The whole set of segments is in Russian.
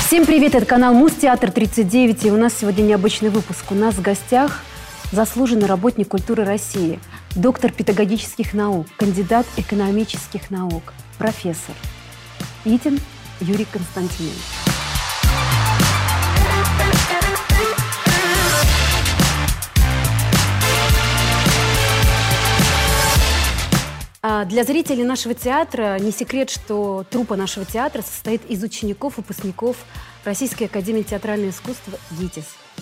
Всем привет, это канал Муз Театр 39, и у нас сегодня необычный выпуск. У нас в гостях заслуженный работник культуры России, доктор педагогических наук, кандидат экономических наук, профессор Итин Юрий Константинович. Для зрителей нашего театра не секрет, что труппа нашего театра состоит из учеников, выпускников Российской академии театрального искусства ГИТИС.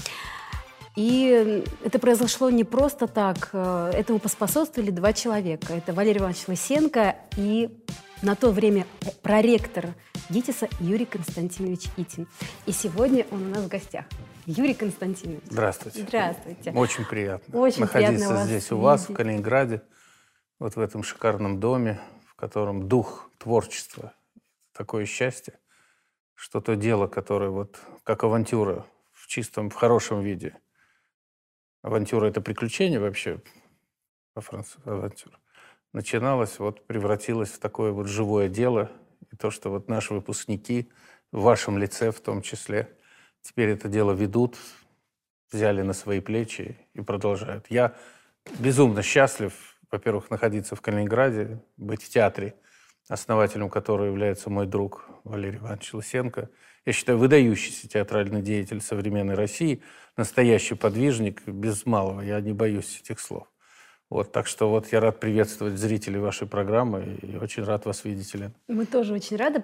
И это произошло не просто так. Этому поспособствовали два человека. Это Валерий Иванович Лысенко и на то время проректор ГИТИСа Юрий Константинович Итин. И сегодня он у нас в гостях. Юрий Константинович. Здравствуйте. Здравствуйте. Очень приятно Очень приятно находиться здесь у вас, в Калининграде, вот в этом шикарном доме, в котором дух творчества, такое счастье, что то дело, которое вот как авантюра в чистом, в хорошем виде. Авантюра – это приключение вообще, по-французски авантюра. Начиналось, вот превратилось в такое вот живое дело. И то, что вот наши выпускники, в вашем лице в том числе, теперь это дело ведут, взяли на свои плечи и продолжают. Я безумно счастлив, во-первых, находиться в Калининграде, быть в театре, основателем которого является мой друг Валерий Иванович Лысенко. Я считаю, выдающийся театральный деятель современной России, настоящий подвижник, без малого, я не боюсь этих слов. Вот, так что вот я рад приветствовать зрителей вашей программы и очень рад вас видеть, Елена. Мы тоже очень рады.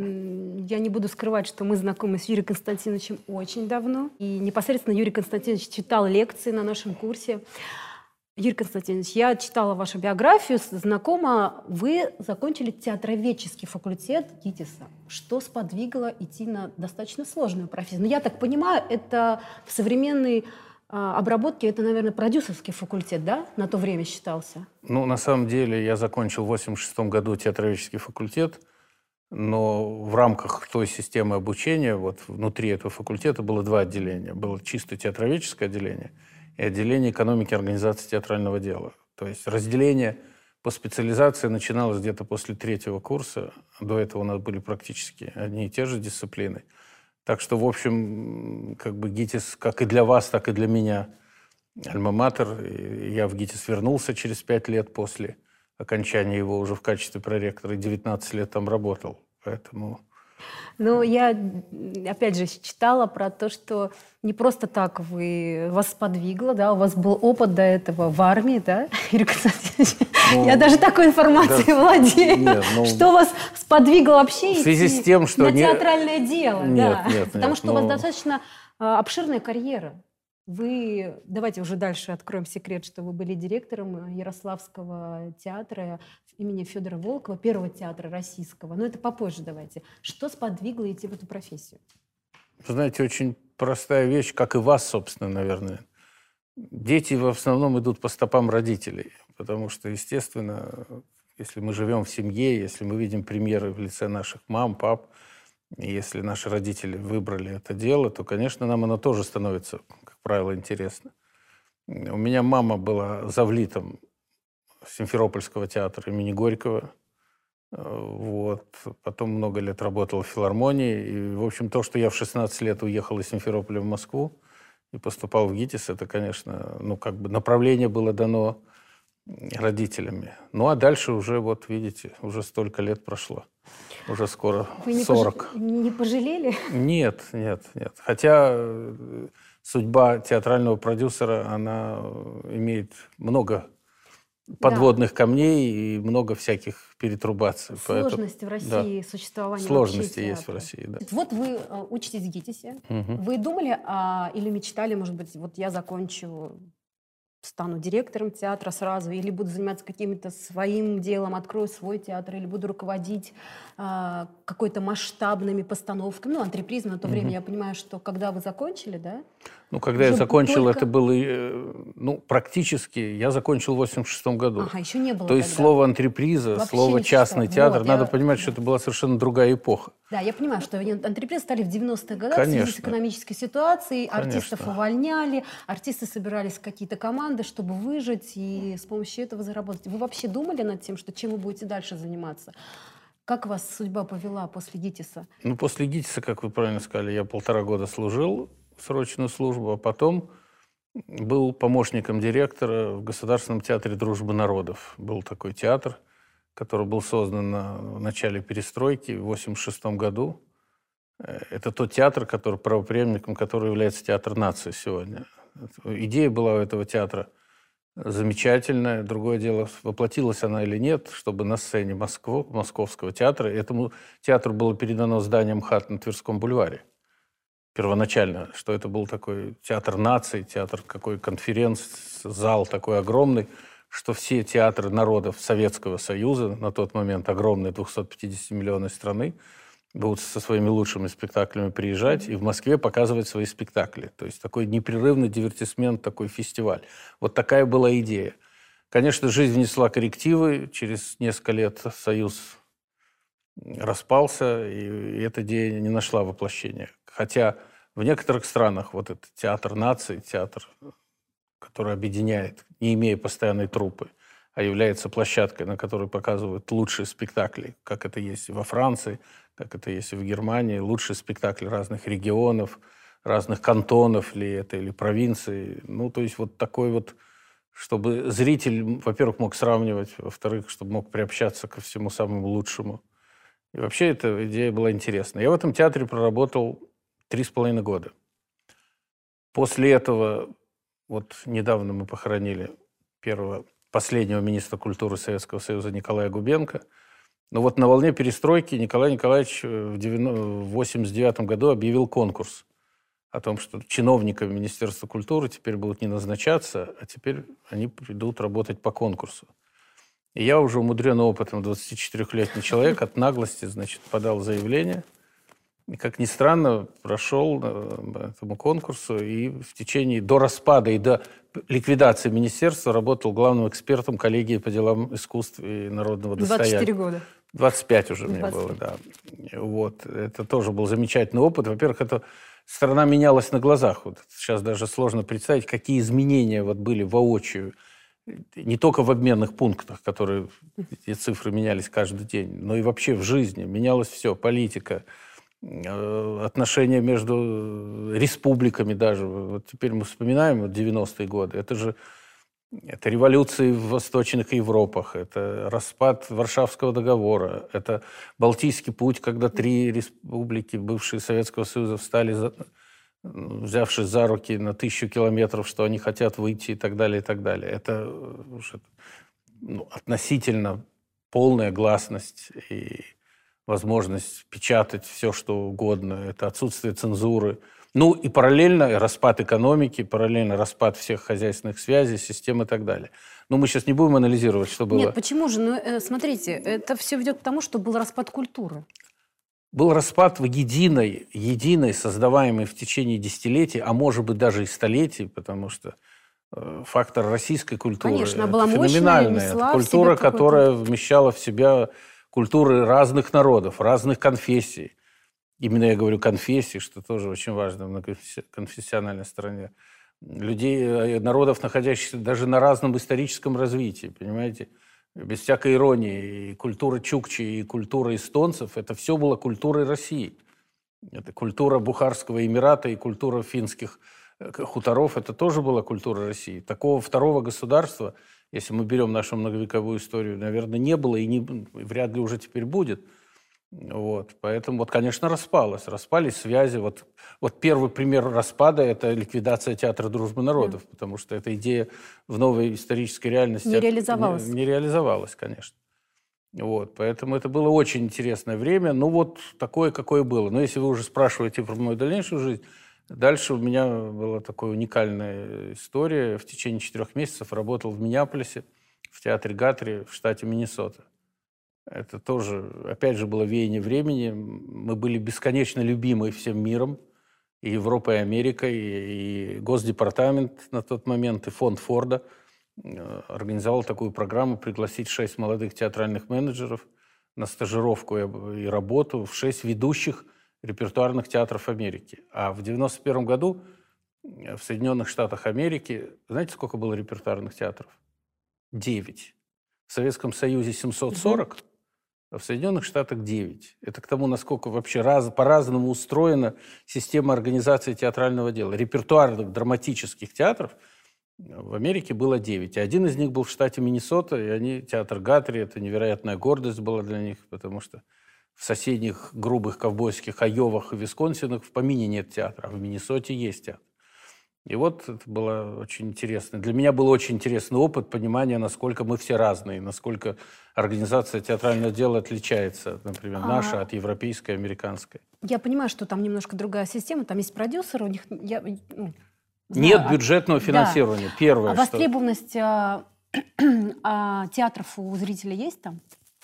Я не буду скрывать, что мы знакомы с Юрием Константиновичем очень давно. И непосредственно Юрий Константинович читал лекции на нашем курсе. Юрий Константинович, я читала вашу биографию, знакома. Вы закончили театроведческий факультет ГИТИСа. Что сподвигло идти на достаточно сложную профессию? Ну, я так понимаю, это в современной обработке, это, наверное, продюсерский факультет, да? На то время считался. Ну, на самом деле, я закончил в 1986 году театроведческий факультет, но в рамках той системы обучения, вот внутри этого факультета было два отделения. Было чисто театроведческое отделение и отделение экономики и организации театрального дела. То есть разделение по специализации начиналось где-то после третьего курса. До этого у нас были практически одни и те же дисциплины. Так что, в общем, как бы ГИТИС, как и для вас, так и для меня, альма-матер. Я в ГИТИС вернулся через 5 лет после окончания его уже в качестве проректора, и 19 лет там работал. Поэтому... Ну, я, опять же, читала про то, что не просто так вас сподвигло, да, у вас был опыт до этого в армии, да, Юрий Константинович? Ну, я даже такой информацией владею. Нет, что вас сподвигло вообще в связи с тем, что на театральное дело? Нет, да. нет, Потому что у вас достаточно обширная карьера. Вы, давайте уже дальше откроем секрет, что вы были директором Ярославского театра имени Федора Волкова, первого театра российского. Но это попозже давайте. Что сподвигло идти в эту профессию? Вы знаете, очень простая вещь, как и вас, собственно, наверное. Дети в основном идут по стопам родителей, потому что, естественно, если мы живем в семье, если мы видим примеры в лице наших мам, пап, и если наши родители выбрали это дело, то, конечно, нам оно тоже становится, как правило, интересно. У меня мама была завлитом Симферопольского театра имени Горького. Вот. Потом много лет работала в филармонии. И, в общем, то, что я в 16 лет уехал из Симферополя в Москву и поступал в ГИТИС, это, конечно, ну, как бы направление было дано родителями. Ну, а дальше уже, вот, видите, уже столько лет прошло. Уже скоро 40. Вы не пожалели? Нет, нет, нет. Хотя судьба театрального продюсера, она имеет много подводных камней и много всяких перетрубаций. Сложности в России существования. Сложности есть в России, да. Вот вы учитесь в ГИТИСе. Вы думали или мечтали, может быть, вот я закончу, стану директором театра сразу, или буду заниматься каким-то своим делом, открою свой театр, или буду руководить какой-то масштабными постановками, ну, антрепризы на то время. Я понимаю, что когда вы закончили, да? Ну, когда я закончил, это было, ну, практически, я закончил в 1986 году. Ага, еще не было. То есть слово антреприза, вообще слово частный театр, вот, надо понимать, что это была совершенно другая эпоха. Да, я понимаю, что антрепризы стали в 90-х годах. Конечно. В связи с экономической ситуацией. Конечно. Артистов увольняли, артисты собирались в какие-то команды, чтобы выжить и с помощью этого заработать. Вы вообще думали над тем, что чем вы будете дальше заниматься? Как вас судьба повела после ГИТИСа? Ну, после ГИТИСа, как вы правильно сказали, я 1,5 года служил срочную службу, а потом был помощником директора в Государственном театре дружбы народов. Был такой театр, который был создан в начале перестройки в 1986 году. Это тот театр, который правопреемником которого является Театр нации сегодня. Идея была у этого театра замечательная. Другое дело, воплотилась она или нет, чтобы на сцене Московского театра, этому театру было передано здание МХАТ на Тверском бульваре. Первоначально, что это был такой театр наций, театр какой конференц-зал такой огромный, что все театры народов Советского Союза, на тот момент огромной 250-миллионной страны, будут со своими лучшими спектаклями приезжать и в Москве показывать свои спектакли. То есть такой непрерывный дивертисмент, такой фестиваль. Вот такая была идея. Конечно, жизнь внесла коррективы. Через несколько лет Союз распался, и эта идея не нашла воплощения. Хотя в некоторых странах вот этот театр наций, театр, который объединяет, не имея постоянной труппы, а является площадкой, на которой показывают лучшие спектакли, как это есть во Франции, как это есть в Германии, лучшие спектакли разных регионов, разных кантонов ли это, или провинций. Ну, то есть вот такой вот, чтобы зритель, во-первых, мог сравнивать, во-вторых, чтобы мог приобщаться ко всему самому лучшему. И вообще эта идея была интересна. Я в этом театре проработал 3,5 года. После этого, вот недавно мы похоронили последнего министра культуры Советского Союза Николая Губенко. Но вот на волне перестройки Николай Николаевич в 1989 году объявил конкурс о том, что чиновниками Министерства культуры теперь будут не назначаться, а теперь они придут работать по конкурсу. И я уже умудренный опытом 24-летний человек от наглости, значит, подал заявление. И, как ни странно, прошел этому конкурсу и в течение до распада и до ликвидации министерства работал главным экспертом коллегии по делам искусств и народного достояния. 24 года. 25 уже мне было, да. Вот. Это тоже был замечательный опыт. Во-первых, эта страна менялась на глазах. Вот сейчас даже сложно представить, какие изменения вот были воочию. Не только в обменных пунктах, которые эти цифры менялись каждый день, но и вообще в жизни. Менялось все. Политика, отношения между республиками даже. Вот теперь мы вспоминаем вот 90-е годы. Это революции в Восточных Европах, это распад Варшавского договора, это Балтийский путь, когда 3 республики бывшие Советского Союза встали, взявшись за руки на 1000 километров, что они хотят выйти и так далее, и так далее. Это уже, относительно полная гласность и возможность печатать все, что угодно. Это отсутствие цензуры. Ну и параллельно распад экономики, параллельно распад всех хозяйственных связей, систем и так далее. Но мы сейчас не будем анализировать, что было. Нет, почему же? Ну, смотрите, это все ведет к тому, что был распад культуры. Был распад в единой, создаваемой в течение десятилетий, а может быть даже и столетий, потому что фактор российской культуры, конечно, была феноменальная. Это культура, которая вмещала в себя культуры разных народов, разных конфессий. Именно я говорю конфессии, что тоже очень важно в многоконфессиональной стране. Людей, народов, находящихся даже на разном историческом развитии, понимаете? Без всякой иронии. И культура чукчи, и культура эстонцев – это все было культурой России. Это культура Бухарского Эмирата и культура финских хуторов – это тоже была культура России. Такого второго государства, если мы берем нашу многовековую историю, наверное, не было и вряд ли уже теперь будет. Вот. Поэтому, вот, конечно, распались связи. Вот первый пример распада – это ликвидация Театра дружбы народов, потому что эта идея в новой исторической реальности не реализовалась. Не реализовалась, конечно. Вот. Поэтому это было очень интересное время. Ну, вот такое, какое было. Но если вы уже спрашиваете про мою дальнейшую жизнь, дальше у меня была такая уникальная история. В течение 4 месяцев работал в Миннеаполисе, в театре Гатри в штате Миннесота. Это тоже, опять же, было веяние времени. Мы были бесконечно любимы всем миром, и Европой, и Америкой, и Госдепартамент на тот момент, и фонд Форда организовал такую программу пригласить 6 молодых театральных менеджеров на стажировку и работу в 6 ведущих репертуарных театров Америки. А в 1991 году в Соединенных Штатах Америки, знаете, сколько было репертуарных театров? 9. В Советском Союзе 740, а в Соединенных Штатах 9. Это к тому, насколько вообще по-разному устроена система организации театрального дела. Репертуарных драматических театров в Америке было 9. И один из них был в штате Миннесота, и они, театр Гатри, это невероятная гордость была для них, потому что в соседних грубых ковбойских Айовах и Висконсинах в помине нет театра, а в Миннесоте есть театр. И вот это было очень интересно. Для меня был очень интересный опыт понимания, насколько мы все разные, насколько организация театрального дела отличается, например, наша от европейской, американской. Я понимаю, что там немножко другая система, там есть продюсеры, у них... Нет бюджетного финансирования, да. первое. А востребованность театров у зрителей есть там?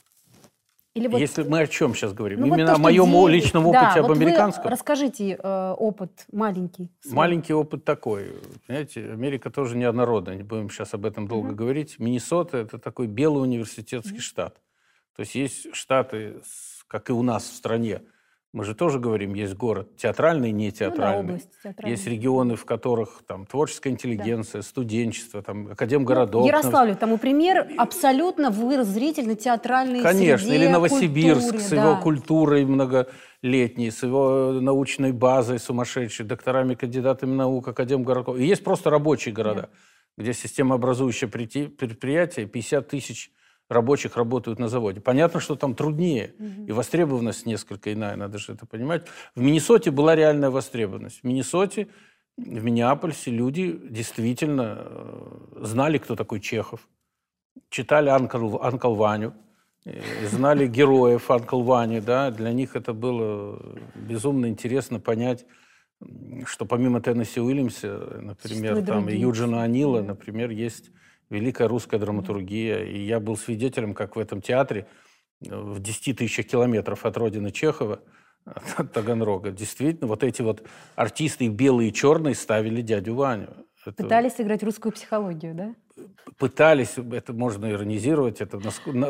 Или вот... Если мы о чем сейчас говорим? Ну, Именно вот то, о моем личном опыте, об американском? Расскажите опыт маленький. Свой. Маленький опыт такой. Знаете, Америка тоже неоднородная, не будем сейчас об этом долго говорить. Миннесота – это такой белый университетский штат. То есть штаты, как и у нас в стране, мы же тоже говорим, есть город театральный и нетеатральный. Ну, да, область театральная. Есть регионы, в которых там творческая интеллигенция, студенчество, там, академгородок. Ярославль, тому пример, абсолютно вырос зритель на театральной Конечно, среде, или Новосибирск культуре, с его культурой многолетней, с его научной базой сумасшедшей, докторами, кандидатами наук, академгородков. И есть просто рабочие города, где системообразующее предприятие, 50 тысяч рабочих работают на заводе. Понятно, что там труднее, и востребованность несколько иная, надо же это понимать. В Миннесоте была реальная востребованность. В Миннесоте, в Миннеаполисе люди действительно знали, кто такой Чехов, читали «Анкл Ваню», знали героев «Анкл Вани». Да? Для них это было безумно интересно понять, что помимо Теннесси Уильямса, например, там, и Юджина Онилла, например, есть великая русская драматургия. И я был свидетелем, как в этом театре в 10 тысячах километров от родины Чехова, от Таганрога, действительно, вот эти вот артисты белые и черные ставили дядю Ваню. Пытались сыграть русскую психологию, да? Пытались, это можно иронизировать, это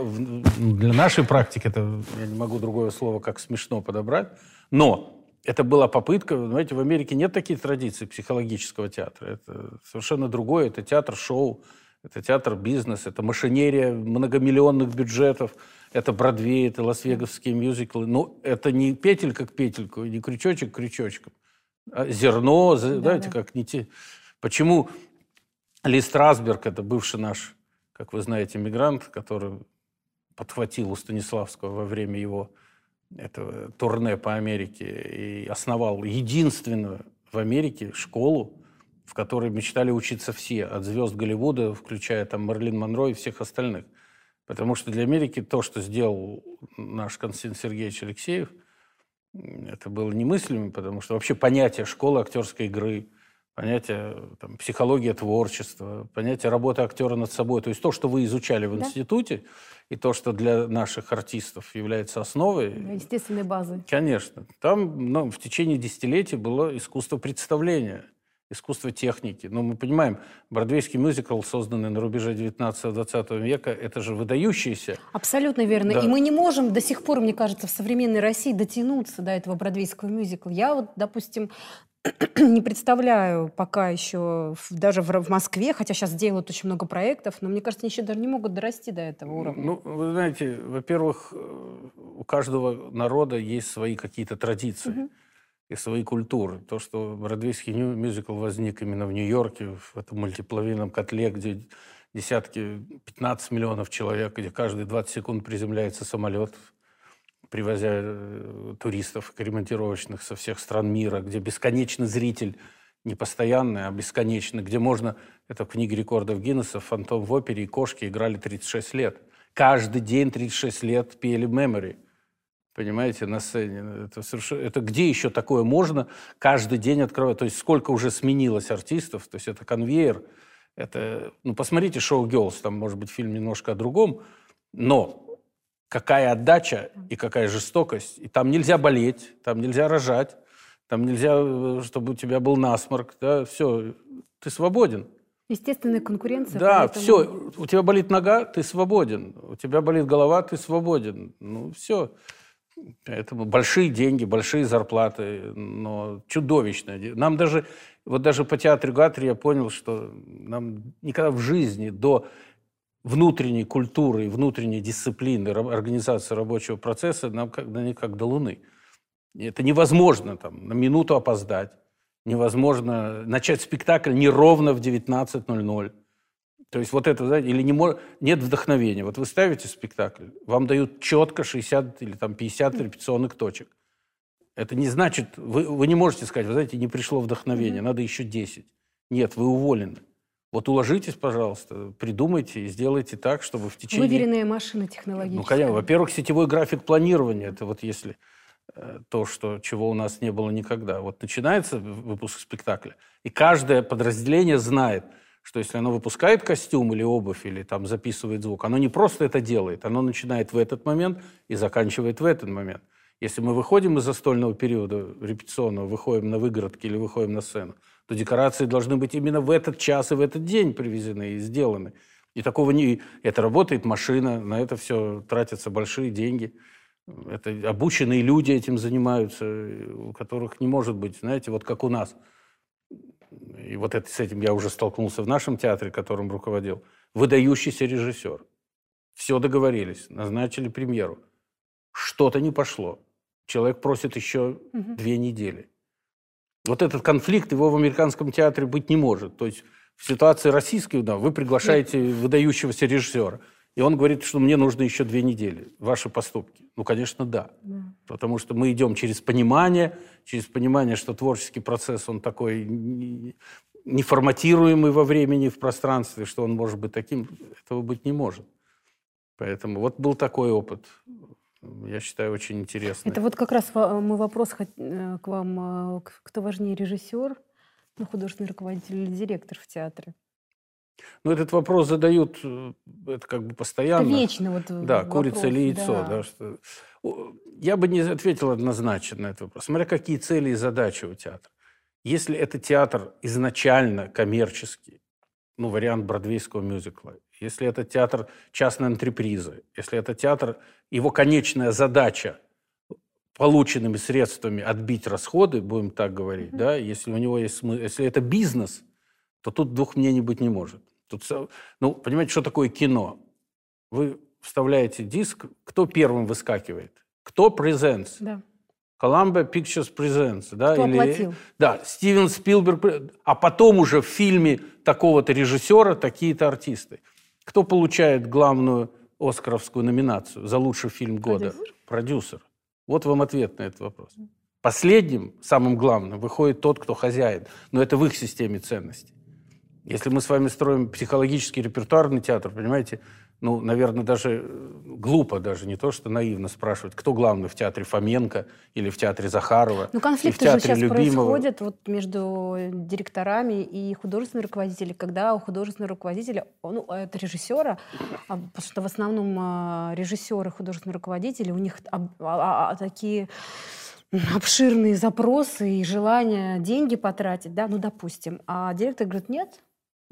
для нашей практики, это я не могу другое слово как смешно подобрать, но это была попытка, знаете, в Америке нет таких традиций психологического театра, это совершенно другое, это театр-шоу, это театр-бизнес, это машинерия многомиллионных бюджетов, это Бродвей, это лас-вегасские мюзиклы. Но это не петелька к петельку, не крючочек к крючочку. А зерно, знаете, как не те... Почему Ли Страсберг, это бывший наш, как вы знаете, мигрант, который подхватил у Станиславского во время его этого турне по Америке и основал единственную в Америке школу, в которой мечтали учиться все, от звезд Голливуда, включая там Мэрилин Монро и всех остальных. Потому что для Америки то, что сделал наш Константин Сергеевич Алексеев, это было немыслимо, потому что вообще понятие школы актерской игры, понятие там, психология творчества, понятие работы актера над собой, то есть то, что вы изучали в институте, и то, что для наших артистов является основой. Да, естественной базой. Конечно. Там в течение десятилетий было искусство представления, искусство техники. Но мы понимаем, бродвейский мюзикл, созданный на рубеже 19-20 века, это же выдающийся. Абсолютно верно. Да. И мы не можем до сих пор, мне кажется, в современной России дотянуться до этого бродвейского мюзикла. Я вот, допустим, не представляю пока еще даже в Москве, хотя сейчас делают очень много проектов, но мне кажется, они еще даже не могут дорасти до этого уровня. Ну, вы знаете, во-первых, у каждого народа есть свои какие-то традиции. И свои культуры. То, что бродвейский мюзикл возник именно в Нью-Йорке, в этом мультиплавильном котле, где 15 миллионов человек, где каждые 20 секунд приземляется самолет, привозя туристов командировочных со всех стран мира, где бесконечный зритель, не постоянный, а бесконечный, где можно, это в книге рекордов Гиннесса, «Фантом в опере» и «Кошки» играли 36 лет. Каждый день 36 лет пели «Memory». Понимаете, на сцене. Это где еще такое можно каждый день открывать? То есть сколько уже сменилось артистов? То есть это конвейер. Это, посмотрите «Шоу Girls», там, может быть, фильм немножко о другом. Но какая отдача и какая жестокость. И там нельзя болеть, там нельзя рожать, там нельзя, чтобы у тебя был насморк. Да, все, ты свободен. Естественная конкуренция. Да, поэтому... все. У тебя болит нога, ты свободен. У тебя болит голова, ты свободен. Ну, все. Поэтому большие деньги, большие зарплаты, но чудовищные. Нам даже, вот даже по театру Гатри я понял, что нам никогда в жизни до внутренней культуры и внутренней дисциплины организации рабочего процесса нам как до Луны. И это невозможно там, на минуту опоздать, невозможно начать спектакль не ровно в 19:00. То есть вот это, знаете, или нет вдохновения. Вот вы ставите спектакль, вам дают четко 60 или там 50 репетиционных точек. Это не значит, вы не можете сказать, вы знаете, не пришло вдохновение, надо еще 10. Нет, вы уволены. Вот уложитесь, пожалуйста, придумайте и сделайте так, чтобы в течение... Выверенная машина технологическая. Ну, конечно. Во-первых, сетевой график планирования. Это вот если то, чего у нас не было никогда. Вот начинается выпуск спектакля, и каждое подразделение знает, что если оно выпускает костюм или обувь, или там записывает звук, оно не просто это делает, оно начинает в этот момент и заканчивает в этот момент. Если мы выходим из застольного периода репетиционного, выходим на выгородки или выходим на сцену, то декорации должны быть именно в этот час и в этот день привезены и сделаны. И такого не... Это работает машина, на это все тратятся большие деньги. Это обученные люди этим занимаются, у которых не может быть, знаете, вот как у нас. И вот с этим я уже столкнулся в нашем театре, которым руководил. Выдающийся режиссер. Все договорились, назначили премьеру. Что-то не пошло. Человек просит еще 2 недели. Вот этот конфликт, его в американском театре быть не может. То есть в ситуации российской, да, вы приглашаете выдающегося режиссера, и он говорит, что мне нужно еще 2 недели. Ваши поступки. Ну, конечно, да. Потому что мы идем через понимание, что творческий процесс, он такой неформатируемый во времени, в пространстве, что он может быть таким, этого быть не может. Поэтому вот был такой опыт. Я считаю, очень интересный. Это вот как раз мой вопрос к вам. Кто важнее, режиссер, художественный руководитель или директор в театре? Ну, этот вопрос задают, это как бы постоянно. Это вечно вот Да, вопрос, курица или яйцо. да. Да, что... Я бы не ответил однозначно на этот вопрос. Смотря какие цели и задачи у театра. Если это театр изначально коммерческий, ну, вариант бродвейского мюзикла, если это театр частной антрепризы, если это театр, его конечная задача полученными средствами отбить расходы, будем так говорить, да, если у него есть смысл, если это бизнес, то тут 2 мнений быть не может. Тут, ну, понимаете, что такое кино? Вы вставляете диск, кто первым выскакивает? Кто presents? Да. Columbia Pictures Presents. Да? Кто оплатил? Да, Стивен Спилберг. А потом уже в фильме такого-то режиссера такие-то артисты. Кто получает главную оскаровскую номинацию за лучший фильм года? Продюсер. Вот вам ответ на этот вопрос. Последним, самым главным, выходит тот, кто хозяин. Но это в их системе ценностей. Если мы с вами строим психологический репертуарный театр, понимаете, ну, наверное, даже глупо, даже не то, что наивно спрашивать, кто главный в театре Фоменко или в театре Захарова. Ну, конфликты же сейчас происходят вот между директорами и художественными руководителями, когда у художественного руководителя, ну, это режиссера, потому что в основном режиссеры, художественные руководители, у них такие обширные запросы и желание деньги потратить, да, ну, допустим. А директор говорит, нет.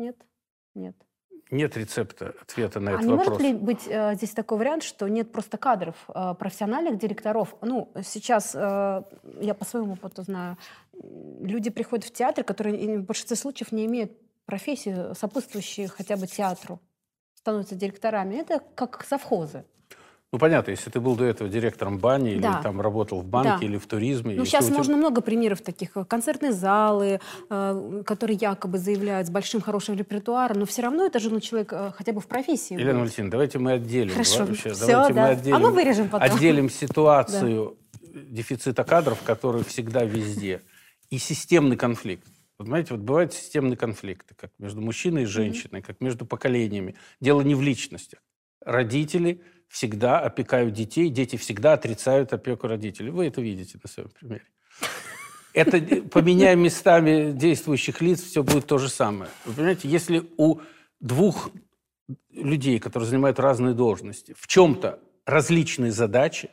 Нет рецепта ответа на этот не вопрос. Может ли быть здесь такой вариант, что нет просто кадров, профессиональных директоров? Ну, сейчас, я по своему опыту знаю, люди приходят в театр, которые в большинстве случаев не имеют профессии, сопутствующие хотя бы театру, становятся директорами. Это как совхозы. Ну, понятно, если ты был до этого директором бани, или там работал в банке, или в туризме. Ну, сейчас можно много примеров таких. Концертные залы, которые якобы заявляют с большим хорошим репертуаром, но все равно это же человек хотя бы в профессии. Елена Валентиновна, давайте мы отделим. Хорошо, вообще, все, давайте да. мы отделим, мы вырежем потом. Отделим ситуацию дефицита кадров, который всегда везде, и системный конфликт. Вот, понимаете, вот бывают системные конфликты, как между мужчиной и женщиной, как между поколениями. Дело не в личностях. Родители всегда опекают детей, дети всегда отрицают опеку родителей. Вы это видите на своем примере. Это, поменяя местами действующих лиц, все будет то же самое. Вы понимаете, если у 2 людей, которые занимают разные должности, в чем-то различные задачи,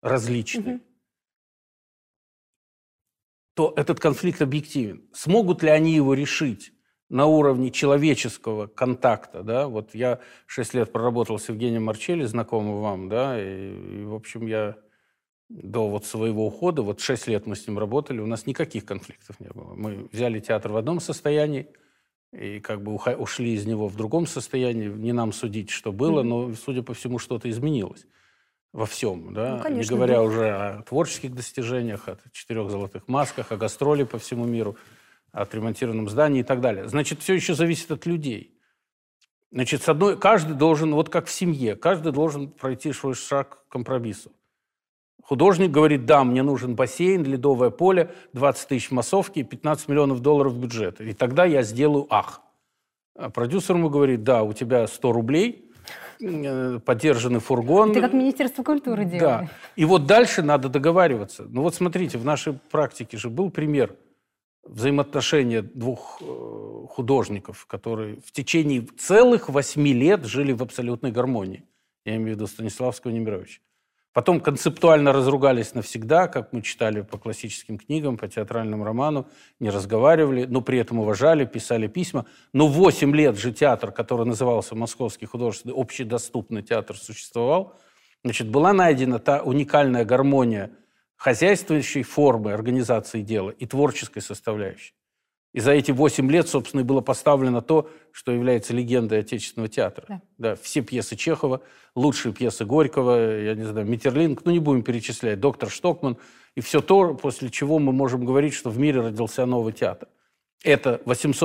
то этот конфликт объективен. Смогут ли они его решить на уровне человеческого контакта, да? Вот я 6 лет проработал с Евгением Марчелли, знакомым вам, да, и в общем, я до вот своего ухода, вот 6 лет мы с ним работали, у нас никаких конфликтов не было. Мы взяли театр в одном состоянии, и как бы ушли из него в другом состоянии. Не нам судить, что было, но, судя по всему, что-то изменилось во всем. Да? Ну, конечно, не говоря да. уже о творческих достижениях, о 4 золотых масках, о гастроли по всему миру, о отремонтированном здании и так далее. Значит, все еще зависит от людей. Значит, каждый должен, вот как в семье, каждый должен пройти свой шаг к компромиссу. Художник говорит: да, мне нужен бассейн, ледовое поле, 20 тысяч массовки и 15 миллионов долларов бюджета. И тогда я сделаю ах. А продюсер ему говорит: да, у тебя 100 рублей, подержанный фургон. Это как Министерство культуры делает. Да. И вот дальше надо договариваться. Ну вот смотрите, в нашей практике же был пример взаимоотношения двух художников, которые в течение целых 8 лет жили в абсолютной гармонии. Я имею в виду Станиславского и Немировича. Потом концептуально разругались навсегда, как мы читали по классическим книгам, по театральному роману, не разговаривали, но при этом уважали, писали письма. Но 8 лет же театр, который назывался Московский художественный общедоступный театр, существовал. Значит, была найдена та уникальная гармония хозяйствующей формы организации дела и творческой составляющей. И за эти 8 лет, собственно, и было поставлено то, что является легендой отечественного театра. Да. Да, все пьесы Чехова, лучшие пьесы Горького, я не знаю, Миттерлинг, ну не будем перечислять, доктор Штокман. И все то, после чего мы можем говорить, что в мире родился новый театр. Это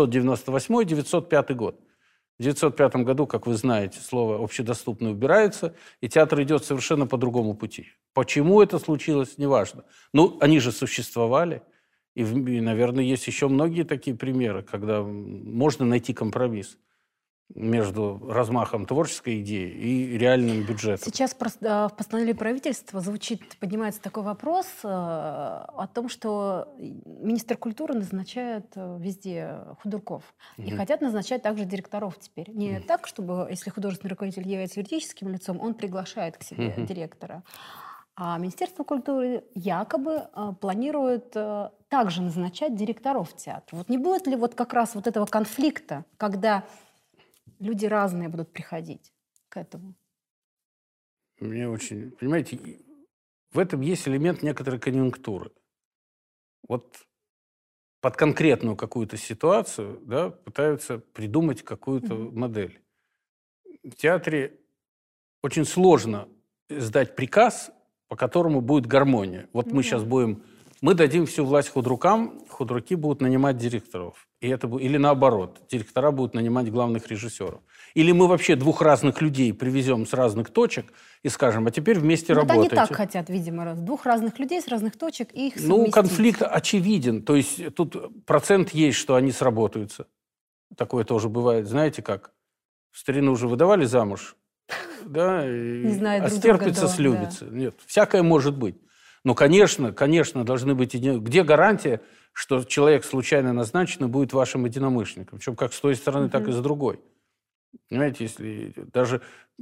898-905 год. В 1905 году, как вы знаете, слово «общедоступный» убирается, и театр идет совершенно по другому пути. Почему это случилось, неважно. Ну, они же существовали. И, наверное, есть еще многие такие примеры, когда можно найти компромисс между размахом творческой идеи и реальным бюджетом. Сейчас в постановлении правительства поднимается такой вопрос о том, что министр культуры назначает везде художников. И хотят назначать также директоров теперь. Не так, чтобы, если художественный руководитель является юридическим лицом, он приглашает к себе директора. А Министерство культуры якобы планирует также назначать директоров театра. Вот не будет ли вот как раз вот этого конфликта, когда люди разные будут приходить к этому? Мне очень... Понимаете, в этом есть элемент некоторой конъюнктуры. Вот под конкретную какую-то ситуацию, да, пытаются придумать какую-то модель. В театре очень сложно сдать приказ, по которому будет гармония. Вот мы сейчас будем... Мы дадим всю власть худрукам, худруки будут нанимать директоров. Или наоборот, директора будут нанимать главных режиссеров. Или мы вообще двух разных людей привезем с разных точек и скажем: а теперь вместе работайте. Они так хотят, видимо, двух разных людей с разных точек и их совместить. Ну, конфликт очевиден. То есть тут процент есть, что они сработаются. Такое тоже бывает. Знаете как? В старину уже выдавали замуж, да, а стерпится, слюбится. Да. Нет, всякое может быть. Но, конечно, должны быть... Где гарантия, что человек, случайно назначенный, будет вашим единомышленником? Причем как с той стороны, так и с другой. Понимаете, если даже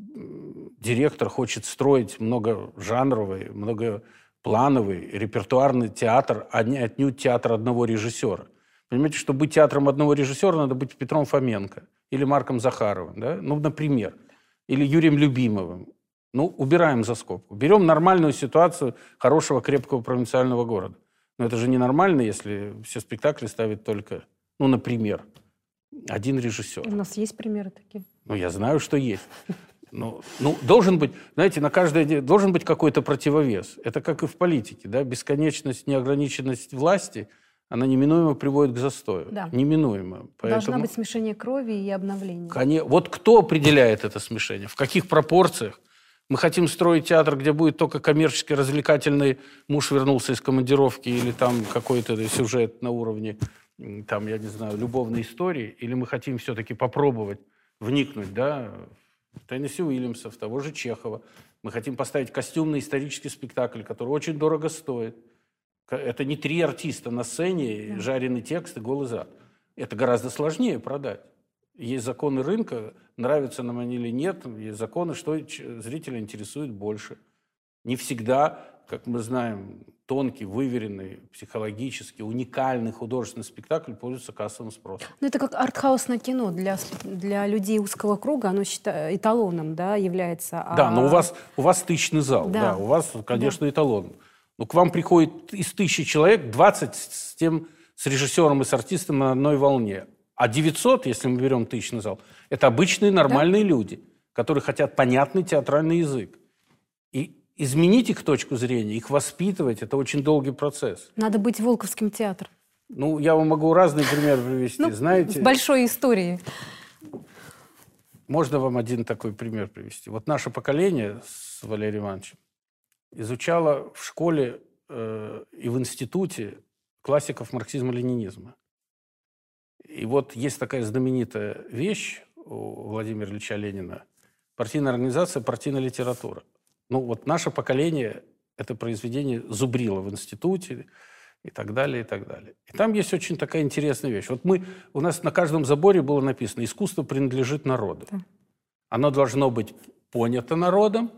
директор хочет строить многожанровый, многоплановый, репертуарный театр, а не отнюдь театр одного режиссера. Понимаете, чтобы быть театром одного режиссера, надо быть Петром Фоменко или Марком Захаровым, да? Ну, например. Или Юрием Любимовым. Ну, убираем за скобку. Берем нормальную ситуацию хорошего, крепкого провинциального города. Но это же ненормально, если все спектакли ставит только, ну, например, один режиссер. У нас есть примеры такие. Ну, я знаю, что есть. Ну, должен быть, знаете, на каждое дело должен быть какой-то противовес. Это как и в политике, да? Бесконечность, неограниченность власти, она неминуемо приводит к застою. Да. Неминуемо. Должна быть смешение крови и обновление. Вот кто определяет это смешение? В каких пропорциях? Мы хотим строить театр, где будет только коммерчески развлекательный «Муж вернулся из командировки» или там какой-то сюжет на уровне, там, я не знаю, любовной истории? Или мы хотим все-таки попробовать вникнуть, да, в Теннесси Уильямса, в того же Чехова? Мы хотим поставить костюмный исторический спектакль, который очень дорого стоит. Это не 3 артиста на сцене, жареный текст и голый зад. Это гораздо сложнее продать. Есть законы рынка, нравятся нам они или нет, есть законы, что зрителя интересует больше. Не всегда, как мы знаем, тонкий, выверенный, психологически уникальный художественный спектакль пользуется кассовым спросом. Ну, это как артхаусное кино для людей узкого круга, оно эталоном, да, является. Да, но у вас тысячный зал, да, у вас, конечно, эталон. Но к вам приходит из 1000 человек 20 с режиссером и с артистом на одной волне. А 900, если мы берем тысячный зал, это обычные нормальные люди, которые хотят понятный театральный язык. И изменить их точку зрения, их воспитывать – это очень долгий процесс. Надо быть Волковским театром. Ну, я вам могу разные примеры привести. Знаете, с большой историей. Можно вам один такой пример привести? Вот наше поколение с Валерием Ивановичем изучало в школе и в институте классиков марксизма-ленинизма. И вот есть такая знаменитая вещь у Владимира Ильича Ленина – партийная организация, партийная литература. Ну вот наше поколение это произведение зубрило в институте и так далее, и так далее. И там есть очень такая интересная вещь. Вот у нас на каждом заборе было написано «Искусство принадлежит народу». Да. Оно должно быть понято народом.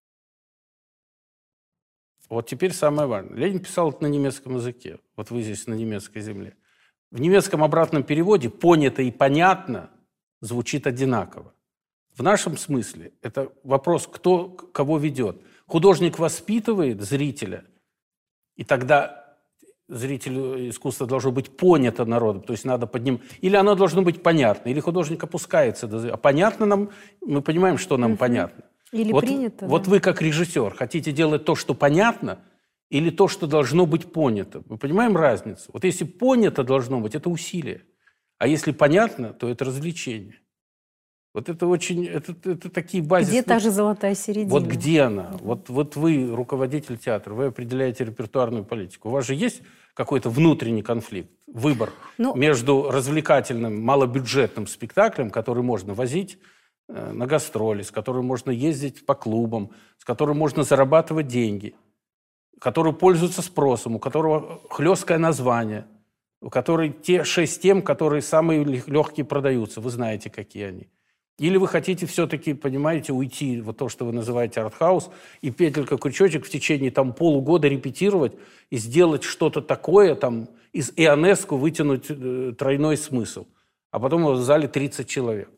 Вот теперь самое важное. Ленин писал это на немецком языке. Вот вы здесь на немецкой земле. В немецком обратном переводе «понято» и «понятно» звучит одинаково. В нашем смысле это вопрос, кто кого ведет. Художник воспитывает зрителя, и тогда зрителю искусство должно быть понято народом, то есть надо под ним... Или оно должно быть понятно, или художник опускается до... А понятно нам, мы понимаем, что нам понятно. Или вот, принято. Вот да. Вы как режиссер хотите делать то, что понятно, или то, что должно быть понято. Мы понимаем разницу? Вот если понято должно быть, это усилие. А если понятно, то это развлечение. Вот это очень... Это такие базисные... Где та же золотая середина? Вот где она? Вот вы, руководитель театра, вы определяете репертуарную политику. У вас же есть какой-то внутренний конфликт, выбор между развлекательным, малобюджетным спектаклем, который можно возить на гастроли, с которым можно ездить по клубам, с которым можно зарабатывать деньги, который пользуется спросом, у которого хлесткое название, у которого те 6 тем, которые самые легкие продаются. Вы знаете, какие они. Или вы хотите все-таки, понимаете, уйти, вот то, что вы называете артхаус, и петелька-крючочек в течение полугода репетировать и сделать что-то такое, там, из Ионеску вытянуть тройной смысл. А потом в зале 30 человек.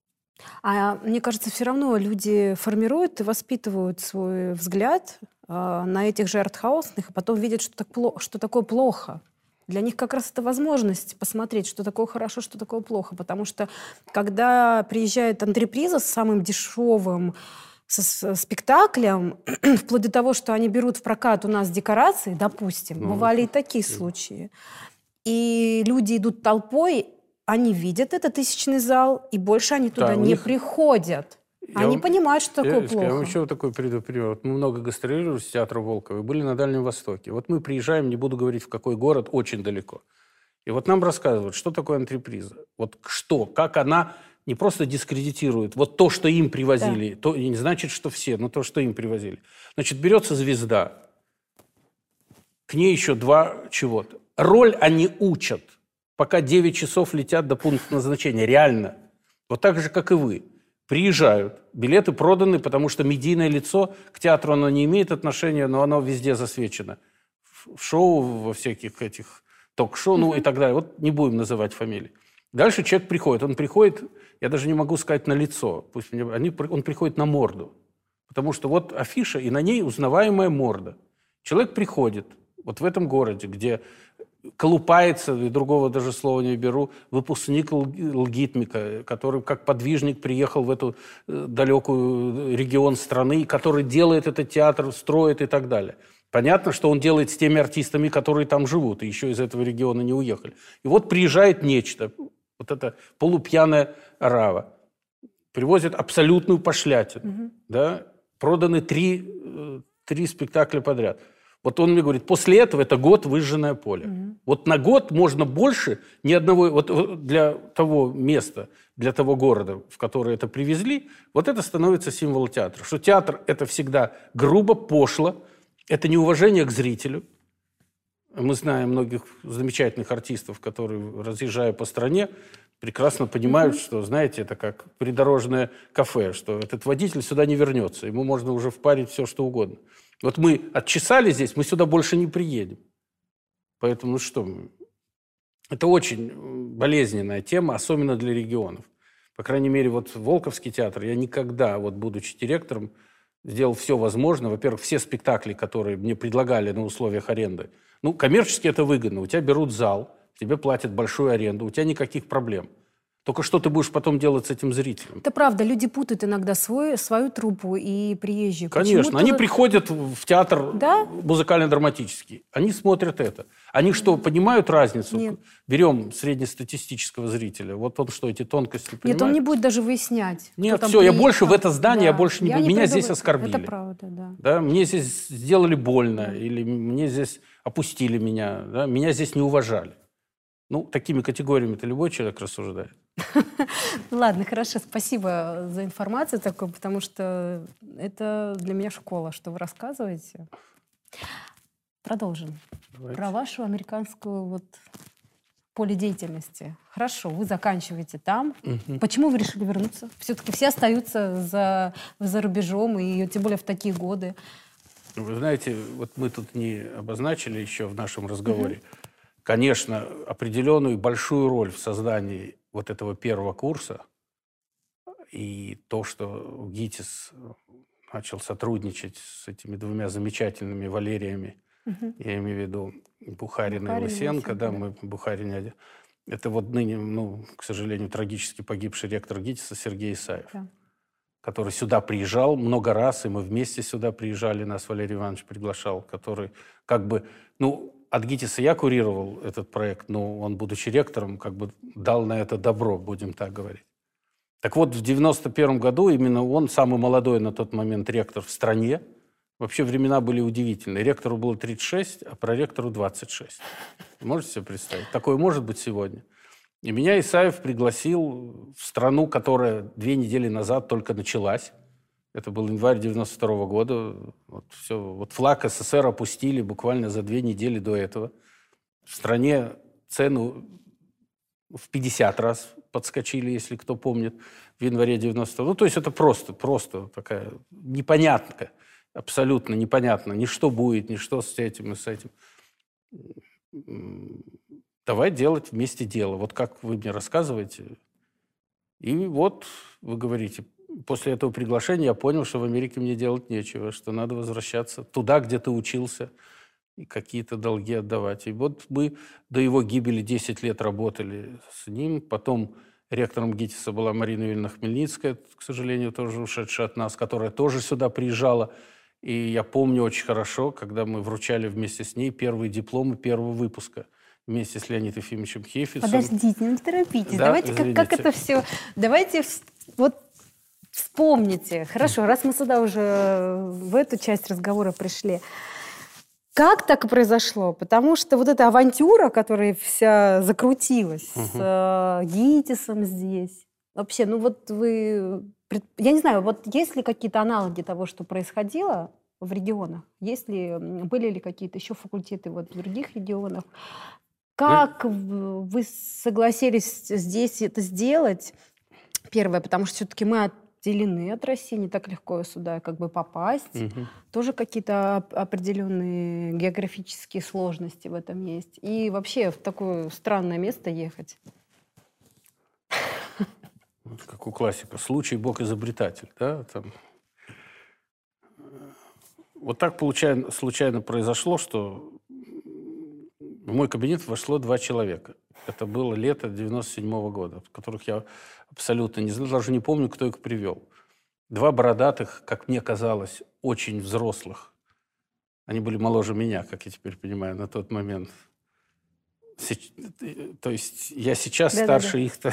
А мне кажется, все равно люди формируют и воспитывают свой взгляд на этих же артхаусных, а потом видят, что такое плохо. Для них как раз это возможность посмотреть, что такое хорошо, что такое плохо. Потому что когда приезжает антреприза с самым дешевым спектаклем, вплоть до того, что они берут в прокат у нас декорации, допустим, бывали и такие случаи. И люди идут толпой, они видят этот тысячный зал, и больше они туда не приходят. Они понимают, что такое плохо. Я вам еще такой приведу пример. Вот мы много гастролировали с театром Волкова и были на Дальнем Востоке. Вот мы приезжаем, не буду говорить, в какой город, очень далеко. И вот нам рассказывают, что такое антреприза. Вот что, как она не просто дискредитирует. Вот то, что им привозили, то не значит, что все, но то, что им привозили. Значит, берется звезда, к ней еще 2 чего-то. Роль они учат, пока 9 часов летят до пункта назначения. Реально. Вот так же, как и вы. Приезжают, билеты проданы, потому что медийное лицо, к театру оно не имеет отношения, но оно везде засвечено. В шоу, во всяких этих ток-шоу, и так далее. Вот не будем называть фамилии. Дальше человек приходит. Он приходит, я даже не могу сказать на лицо, он приходит на морду. Потому что вот афиша, и на ней узнаваемая морда. Человек приходит вот в этом городе, где колупается, и другого даже слова не беру, выпускник ЛГИТМИКа, который как подвижник приехал в эту далекую регион страны, который делает этот театр, строит и так далее. Понятно, что он делает с теми артистами, которые там живут, и еще из этого региона не уехали. И вот приезжает нечто, вот это полупьяная орава, привозит абсолютную пошлятину, да? Проданы 3 спектакля подряд. Вот он мне говорит, после этого это год выжженное поле. Вот на год можно больше ни одного... Вот для того места, для того города, в который это привезли, вот это становится символом театра. Что театр – это всегда грубо, пошло, это неуважение к зрителю. Мы знаем многих замечательных артистов, которые, разъезжая по стране, прекрасно понимают, что, знаете, это как придорожное кафе, что этот водитель сюда не вернется, ему можно уже впарить все, что угодно. Вот мы отчесали здесь, мы сюда больше не приедем. Поэтому, ну что, это очень болезненная тема, особенно для регионов. По крайней мере, вот Волковский театр, я никогда, вот будучи директором, сделал все возможное. Во-первых, все спектакли, которые мне предлагали на условиях аренды, ну, коммерчески это выгодно. У тебя берут зал, тебе платят большую аренду, у тебя никаких проблем. Только что ты будешь потом делать с этим зрителем? Это правда, люди путают иногда свою труппу и приезжие. Конечно, Почему-то они приходят в театр Да? музыкально-драматический, они смотрят это. Они что, понимают разницу? Нет. Берем среднестатистического зрителя, вот он что, эти тонкости понимает? Нет, он не будет даже выяснять. Нет, кто там все, я приехал. больше в это здание, я Да. больше не буду. Меня здесь оскорбили. Это правда, да. Да, мне здесь сделали больно, или мне здесь опустили меня, да, меня здесь не уважали. Ну, такими категориями-то любой человек рассуждает. Ладно, хорошо, спасибо за информацию такую, потому что это для меня школа, что вы рассказываете. Продолжим. Давайте. Про вашу американскую поле деятельности. Хорошо, вы заканчиваете там. Почему вы решили вернуться? Все-таки все остаются за рубежом, и тем более в такие годы. Вы знаете, вот мы тут не обозначили еще в нашем разговоре, конечно, определенную большую роль в создании вот этого первого курса и то, что ГИТИС начал сотрудничать с этими двумя замечательными Валериями, я имею в виду Бухарина и Лысенко, да, мы Бухарин. Это вот ныне, к сожалению, трагически погибший ректор ГИТИСа Сергей Исаев, который сюда приезжал много раз, и мы вместе сюда приезжали, нас Валерий Иванович приглашал, который от ГИТИСа я курировал этот проект, но он, будучи ректором, дал на это добро, будем так говорить. Так вот, в 91 году именно он, самый молодой на тот момент ректор в стране, вообще времена были удивительные. Ректору было 36, а проректору 26. Можете себе представить? Такое может быть сегодня. И меня Исаев пригласил в страну, которая 2 недели назад только началась. Это был январь 92 года. Флаг СССР опустили буквально за 2 недели до этого. В стране цены в 50 раз подскочили, если кто помнит, в январе 92. То есть это просто такая непонятка. Абсолютно непонятно. Ни что будет, ни что с этим и с этим. Давай делать вместе дело. Вот как вы мне рассказываете. И вот вы говорите, после этого приглашения я понял, что в Америке мне делать нечего, что надо возвращаться туда, где ты учился, и какие-то долги отдавать. И вот мы до его гибели 10 лет работали с ним. Потом ректором ГИТИСа была Марина Юрьевна Хмельницкая, к сожалению, тоже ушедшая от нас, которая тоже сюда приезжала. И я помню очень хорошо, когда мы вручали вместе с ней первые дипломы первого выпуска вместе с Леонидом Ефимовичем Хейфицем. Подождите, не торопитесь. Да, давайте как это все... Давайте вспомните. Хорошо, раз мы сюда уже в эту часть разговора пришли. Как так и произошло? Потому что вот эта авантюра, которая вся закрутилась с ГИТИСом здесь. Вообще, вы... Я не знаю, есть ли какие-то аналоги того, что происходило в регионах? Были ли какие-то еще факультеты в других регионах? Как вы согласились здесь это сделать? Первое, потому что все-таки мы отделены от России, не так легко сюда попасть. Тоже какие-то определенные географические сложности в этом есть. И вообще в такое странное место ехать. Как у классика. Случай, Бог изобретатель. Да? Вот так случайно произошло, что в мой кабинет вошло 2 человека. Это было лето 97 года, которых я абсолютно не знаю, даже не помню, кто их привел. 2 бородатых, как мне казалось, очень взрослых. Они были моложе меня, как я теперь понимаю, на тот момент. То есть я сейчас старше их-то.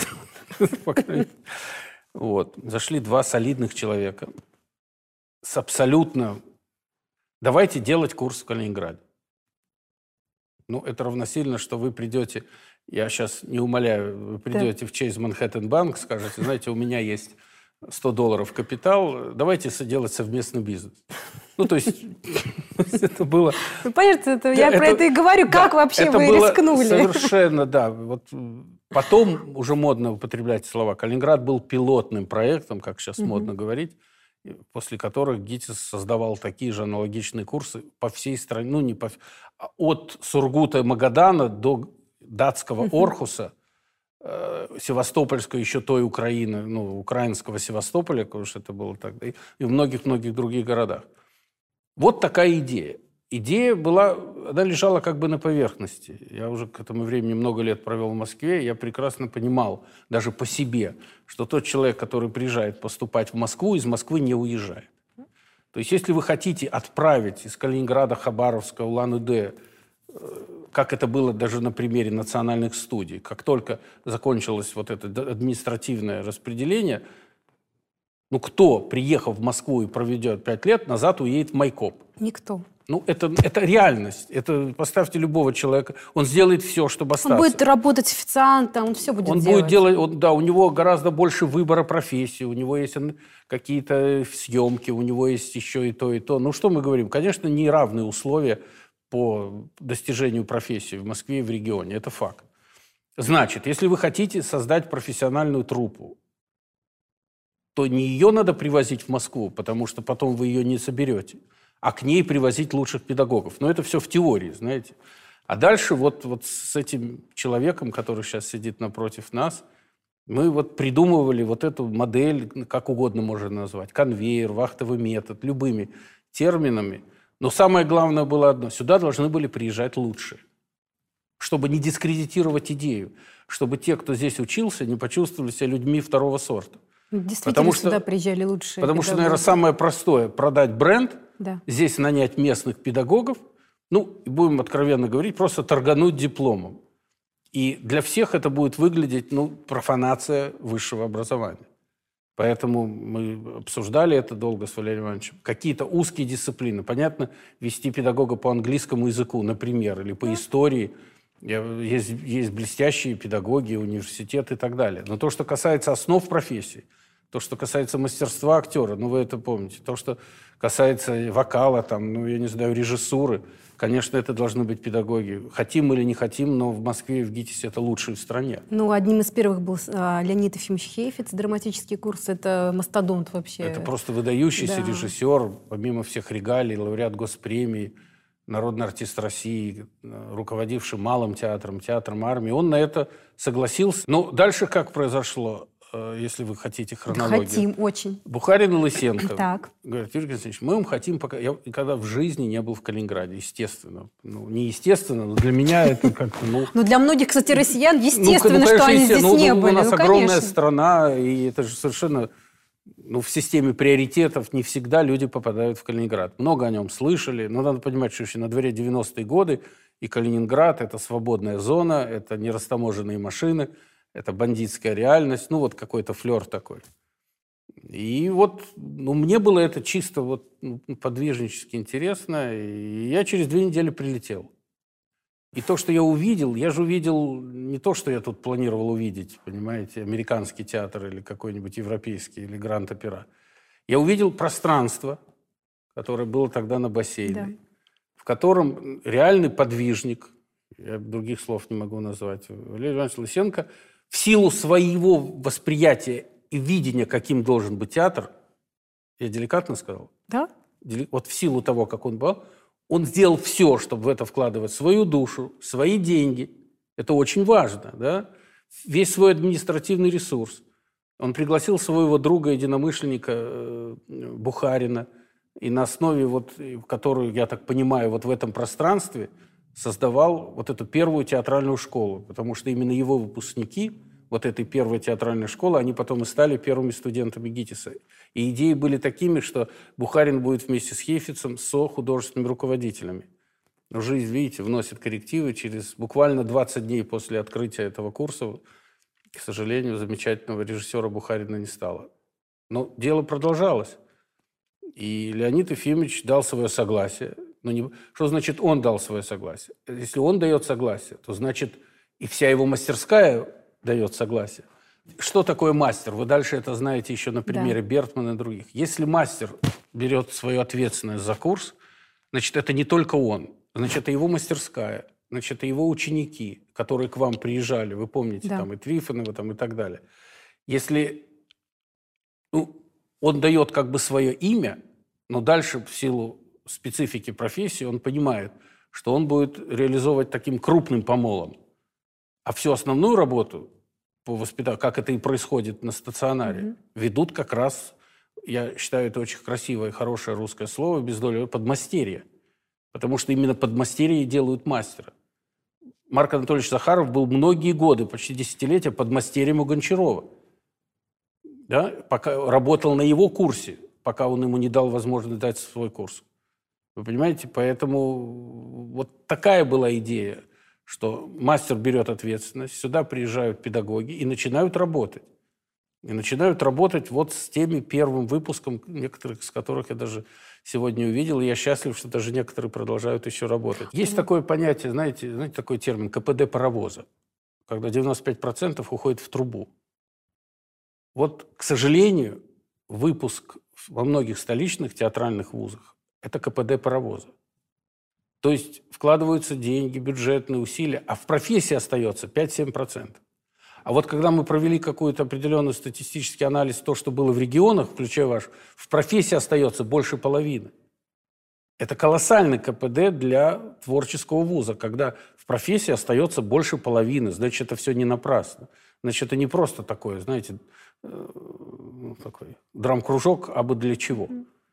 Зашли 2 солидных человека с абсолютно... Давайте делать курс в Калининграде. Это равносильно, что вы придете, я сейчас не умоляю, вы придете в Chase Manhattan Bank, скажете, знаете, у меня есть $100 капитал, давайте делать совместный бизнес. То есть это было... Понятно, я про это и говорю, как вообще вы рискнули. Совершенно, да. Потом уже модно употреблять слова. Калининград был пилотным проектом, как сейчас модно говорить, после которых ГИТИС создавал такие же аналогичные курсы по всей стране, от Сургута и Магадана до датского Орхуса, Севастопольской еще той Украины, украинского Севастополя, потому что это было тогда, и в многих-многих других городах. Вот такая идея. идея была, она лежала как бы на поверхности. Я уже к этому времени много лет провел в Москве, я прекрасно понимал, даже по себе, что тот человек, который приезжает поступать в Москву, из Москвы не уезжает. То есть если вы хотите отправить из Калининграда, Хабаровска, Улан-Удэ, как это было даже на примере национальных студий, как только закончилось вот это административное распределение, ну кто, приехав в Москву и проведет 5 лет, назад уедет в Майкоп? Никто. Ну, это реальность. Это поставьте любого человека, он сделает все, чтобы остаться. Он будет работать официантом, он все будет делать. Он будет делать, да, у него гораздо больше выбора профессии, у него есть какие-то съемки, у него есть еще и то, и то. Ну, что мы говорим? Конечно, не равные условия по достижению профессии в Москве и в регионе. Это факт. Значит, если вы хотите создать профессиональную труппу, то не ее надо привозить в Москву, потому что потом вы ее не соберете, а к ней привозить лучших педагогов. Но это все в теории, знаете. А дальше вот с этим человеком, который сейчас сидит напротив нас, мы вот придумывали вот эту модель, как угодно можно назвать, конвейер, вахтовый метод, любыми терминами. Но самое главное было одно. Сюда должны были приезжать лучшие, чтобы не дискредитировать идею, чтобы те, кто здесь учился, не почувствовали себя людьми второго сорта. Действительно, сюда приезжали лучшие Потому что, наверное, самое простое – продать бренд, да. Здесь нанять местных педагогов, ну, будем откровенно говорить, просто торгануть дипломом. И для всех это будет выглядеть, ну, профанация высшего образования. Поэтому мы обсуждали это долго с Валерием Ивановичем. Какие-то узкие дисциплины. Понятно, вести педагога по английскому языку, например, или по истории. Есть блестящие педагоги, университеты и так далее. Но то, что касается основ профессии, то, что касается мастерства актера, ну, вы это помните, то, что касается вокала, там, ну, я не знаю, режиссуры, конечно, это должны быть педагоги. Хотим или не хотим, но в Москве и в ГИТИСе это лучшие в стране. Ну, одним из первых был Леонид Ефимович Хейфиц, драматический курс. Это мастодонт вообще. Это просто выдающийся режиссер, помимо всех регалий, лауреат госпремии, народный артист России, руководивший Малым театром, театром армии. Он на это согласился. Но дальше как произошло? Если вы хотите хронологию. Хотим, очень. Бухарин и Лысенко так. говорят: Юрий Константинович, мы вам хотим пока... Я никогда в жизни не был в Калининграде, естественно. Ну, не естественно, но для меня это как-то... Ну, для многих, кстати, россиян, естественно, что они здесь не были. У нас огромная страна, и это же совершенно... Ну, в системе приоритетов не всегда люди попадают в Калининград. Много о нем слышали, но надо понимать, что еще на дворе 90-е годы, и Калининград – это свободная зона, это нерастаможенные машины, это бандитская реальность, ну, вот какой-то флер такой. И вот, ну, мне было это чисто вот, ну, подвижнически интересно, и я через 2 недели прилетел. И то, что я же увидел не то, что я тут планировал увидеть, понимаете, американский театр или какой-нибудь европейский, или Гранд-Опера. Я увидел пространство, которое было тогда на Бассейной, в котором реальный подвижник, я других слов не могу назвать, Валерий Иванович Лысенко, в силу своего восприятия и видения, каким должен быть театр, я деликатно сказал? Да. Вот в силу того, как он был, он сделал все, чтобы в это вкладывать свою душу, свои деньги. Это очень важно, да? Весь свой административный ресурс. Он пригласил своего друга, единомышленника Бухарина, и на основе, вот, которую, я так понимаю, вот в этом пространстве создавал вот эту первую театральную школу, потому что именно его выпускники вот этой первой театральной школы, они потом и стали первыми студентами ГИТИСа. И идеи были такими, что Бухарин будет вместе с Хейфицем художественными руководителями. Но жизнь, видите, вносит коррективы. Через буквально 20 дней после открытия этого курса, к сожалению, замечательного режиссера Бухарина не стало. Но дело продолжалось. И Леонид Ефимович дал свое согласие. Что значит он дал свое согласие? Если он дает согласие, то значит и вся его мастерская дает согласие. Что такое мастер? Вы дальше это знаете еще на примере Бертмана и других. Если мастер берет свою ответственность за курс, значит, это не только он. Значит, это его мастерская. Значит, это его ученики, которые к вам приезжали. Вы помните, там и Трифонова, там, и так далее. Если он дает как бы свое имя, но дальше в силу специфики профессии он понимает, что он будет реализовывать таким крупным помолом. А всю основную работу по воспитанию, как это и происходит на стационаре, ведут как раз, я считаю, это очень красивое и хорошее русское слово, без доли подмастерья. Потому что именно подмастерье делают мастера. Марк Анатольевич Захаров был многие годы, почти десятилетия, подмастерьем у Гончарова. Да? Пока работал на его курсе, пока он ему не дал возможность дать свой курс. Вы понимаете? Поэтому вот такая была идея, что мастер берет ответственность, сюда приезжают педагоги и начинают работать. И начинают работать вот с теми первым выпуском, некоторых из которых я даже сегодня увидел, и я счастлив, что даже некоторые продолжают еще работать. Есть такое понятие, знаете такой термин КПД паровоза, когда 95% уходит в трубу. Вот, к сожалению, выпуск во многих столичных театральных вузах – это КПД паровоза. То есть вкладываются деньги, бюджетные усилия, а в профессии остается 5-7%. А вот когда мы провели какой-то определенный статистический анализ, то, что было в регионах, включая ваш, в профессии остается больше половины. Это колоссальный КПД для творческого вуза, когда в профессии остается больше половины. Значит, это все не напрасно. Значит, это не просто такое, знаете, такой драм-кружок, а бы для чего.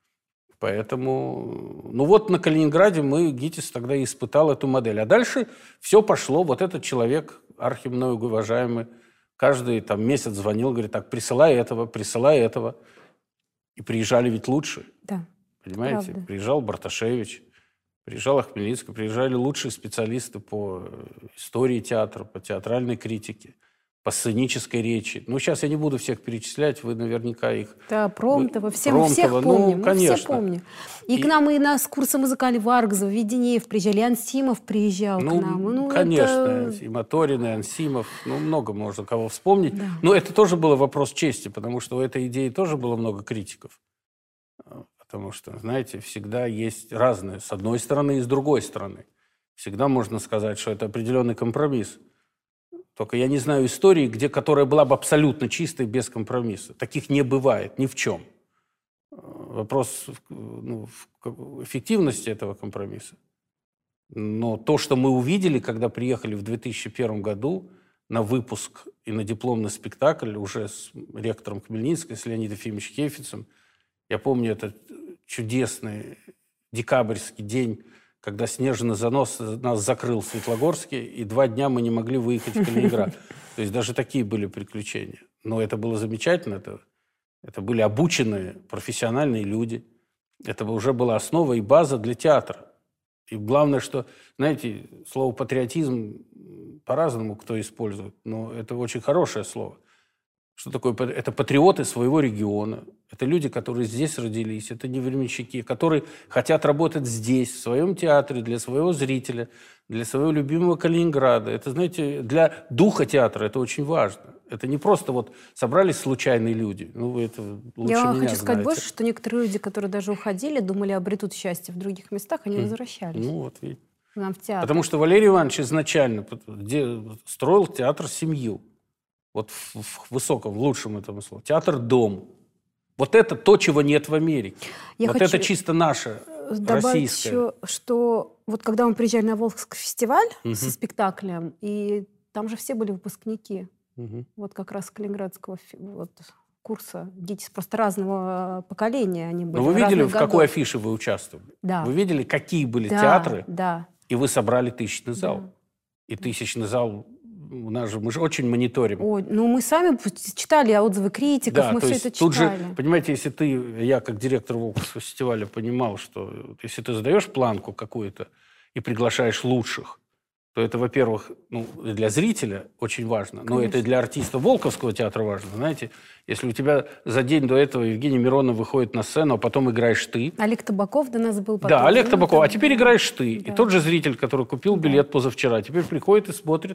Поэтому, ну вот на Калининграде ГИТИС тогда и испытал эту модель. А дальше все пошло. Вот этот человек, архимною уважаемый, каждый там месяц звонил, говорит, так, присылай этого. И приезжали ведь лучше. Да. Понимаете? Правда. Приезжал Барташевич, приезжала Хмельницкая, приезжали лучшие специалисты по истории театра, по театральной критике, по сценической речи. Ну, сейчас я не буду всех перечислять, вы наверняка их... Да, Промтова, всех помним. Ну, конечно. Все помним. И к нам и на курсы музыкали Варгзов, Веденеев приезжали, Ансимов приезжал к нам. Ну, конечно, это... и Моторин, и Ансимов, много можно кого вспомнить. Да. Но это тоже было вопрос чести, потому что у этой идеи тоже было много критиков. Потому что, знаете, всегда есть разные, с одной стороны и с другой стороны. Всегда можно сказать, что это определенный компромисс. Только я не знаю истории, которая была бы абсолютно чистой, без компромисса. Таких не бывает ни в чем. Вопрос в эффективности этого компромисса. Но то, что мы увидели, когда приехали в 2001 году на выпуск и на дипломный спектакль уже с ректором Хмельницкой, с Леонидом Ефимовичем Хейфицем, я помню этот чудесный декабрьский день, когда снежный занос нас закрыл в Светлогорске, и 2 дня мы не могли выехать в Калининград. То есть даже такие были приключения. Но это было замечательно. Это были обученные, профессиональные люди. Это уже была основа и база для театра. И главное, что, знаете, слово «патриотизм» по-разному кто использует, но это очень хорошее слово. Что такое? Это патриоты своего региона. Это люди, которые здесь родились. Это не временщики, которые хотят работать здесь, в своем театре, для своего зрителя, для своего любимого Калининграда. Это, знаете, для духа театра это очень важно. Это не просто вот собрались случайные люди. Ну, вы это лучше Я меня хочу сказать знаете. больше, что некоторые люди, которые даже уходили, думали, обретут счастье в других местах, они возвращались. Ну, вот видите. К нам в театр. Потому что Валерий Иванович изначально строил театр семью. Вот в высоком, в лучшем этом слове. Театр-дом. Вот это то, чего нет в Америке. Я вот хочу это чисто наше, добавить российское. еще, что вот когда мы приезжали на Волховский фестиваль со спектаклем, и там же все были выпускники. Вот как раз калининградского курса ГИТИС, просто разного поколения они были. Но вы видели, в годов. какой афише вы участвовали? Да. Вы видели, какие были Да, театры? да. И вы собрали тысячный зал. Да. И тысячный зал, мы же очень мониторим. Ой, ну мы сами читали отзывы критиков, Да, мы то все есть это тут читали. же, понимаете, если я как директор Волховского фестиваля понимал, что если ты задаешь планку какую-то и приглашаешь лучших, то это, во-первых, для зрителя очень важно, но это и для артиста Волховского театра важно. Знаете, если у тебя за день до этого Евгений Миронов выходит на сцену, а потом играешь ты. Олег Табаков до нас был потом. Да, Олег Табаков, а теперь играешь ты. Да. И тот же зритель, который купил билет позавчера, теперь приходит и смотрит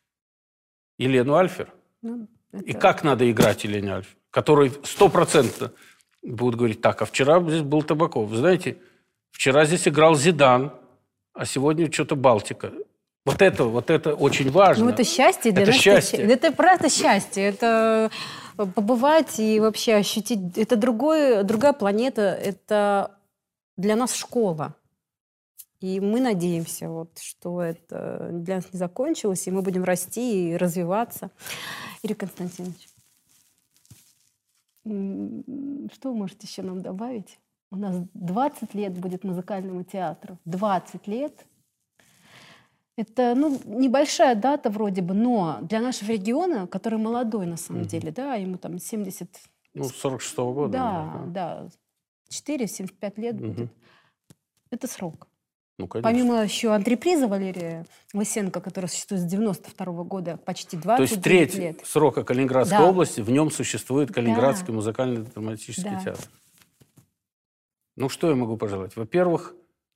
Елену Альфер. И как надо играть Елене Альфер, который 100% будут говорить, так, а вчера здесь был Табаков. Вы знаете, вчера здесь играл Зидан, а сегодня что-то Балтика. Вот это очень важно. Ну, это счастье для это нас. Счастье. Это правда счастье. Это побывать и вообще ощутить. Это другая планета. Это для нас школа. И мы надеемся, что это для нас не закончилось, и мы будем расти и развиваться. Юрий Константинович, что вы можете еще нам добавить? У нас 20 лет будет музыкальному театру. 20 лет. Это, небольшая дата вроде бы, но для нашего региона, который молодой на самом деле, да, ему там 70... 46-го года. Да, наверное, да. 4-75 лет будет. Это срок. Ну, конечно. Помимо еще антреприза Валерия Лысенко, которая существует с 92 года, почти 20 То есть треть лет. срока Калининградской Да. области, в нем существует Калининградский Да. музыкально-драматический Да. театр. Ну, что я могу пожелать? Во-первых,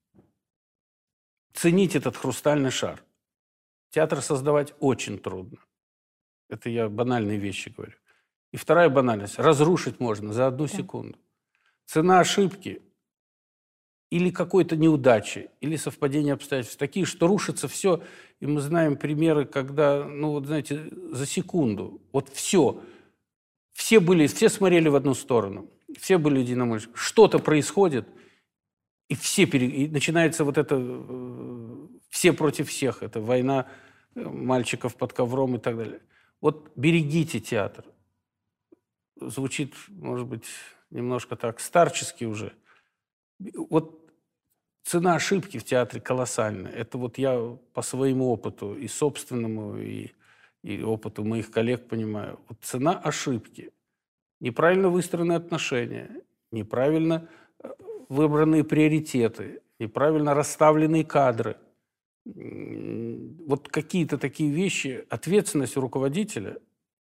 ценить этот хрустальный шар. Театр создавать очень трудно. Это я банальные вещи говорю. И вторая банальность. Разрушить можно за одну секунду. Цена ошибки или какой-то неудачи, или совпадения обстоятельств такие, что рушится все. И мы знаем примеры, когда, знаете, за секунду. Вот все. Все смотрели в одну сторону. Все были единомышленники. Что-то происходит, и и начинается вот это все против всех. Это война мальчиков под ковром и так далее. Вот берегите театр. Звучит, может быть, немножко так старчески уже. Вот цена ошибки в театре колоссальная. Это вот я по своему опыту, и собственному, и опыту моих коллег понимаю. Вот цена ошибки. Неправильно выстроенные отношения, неправильно выбранные приоритеты, неправильно расставленные кадры. Вот какие-то такие вещи, ответственность у руководителя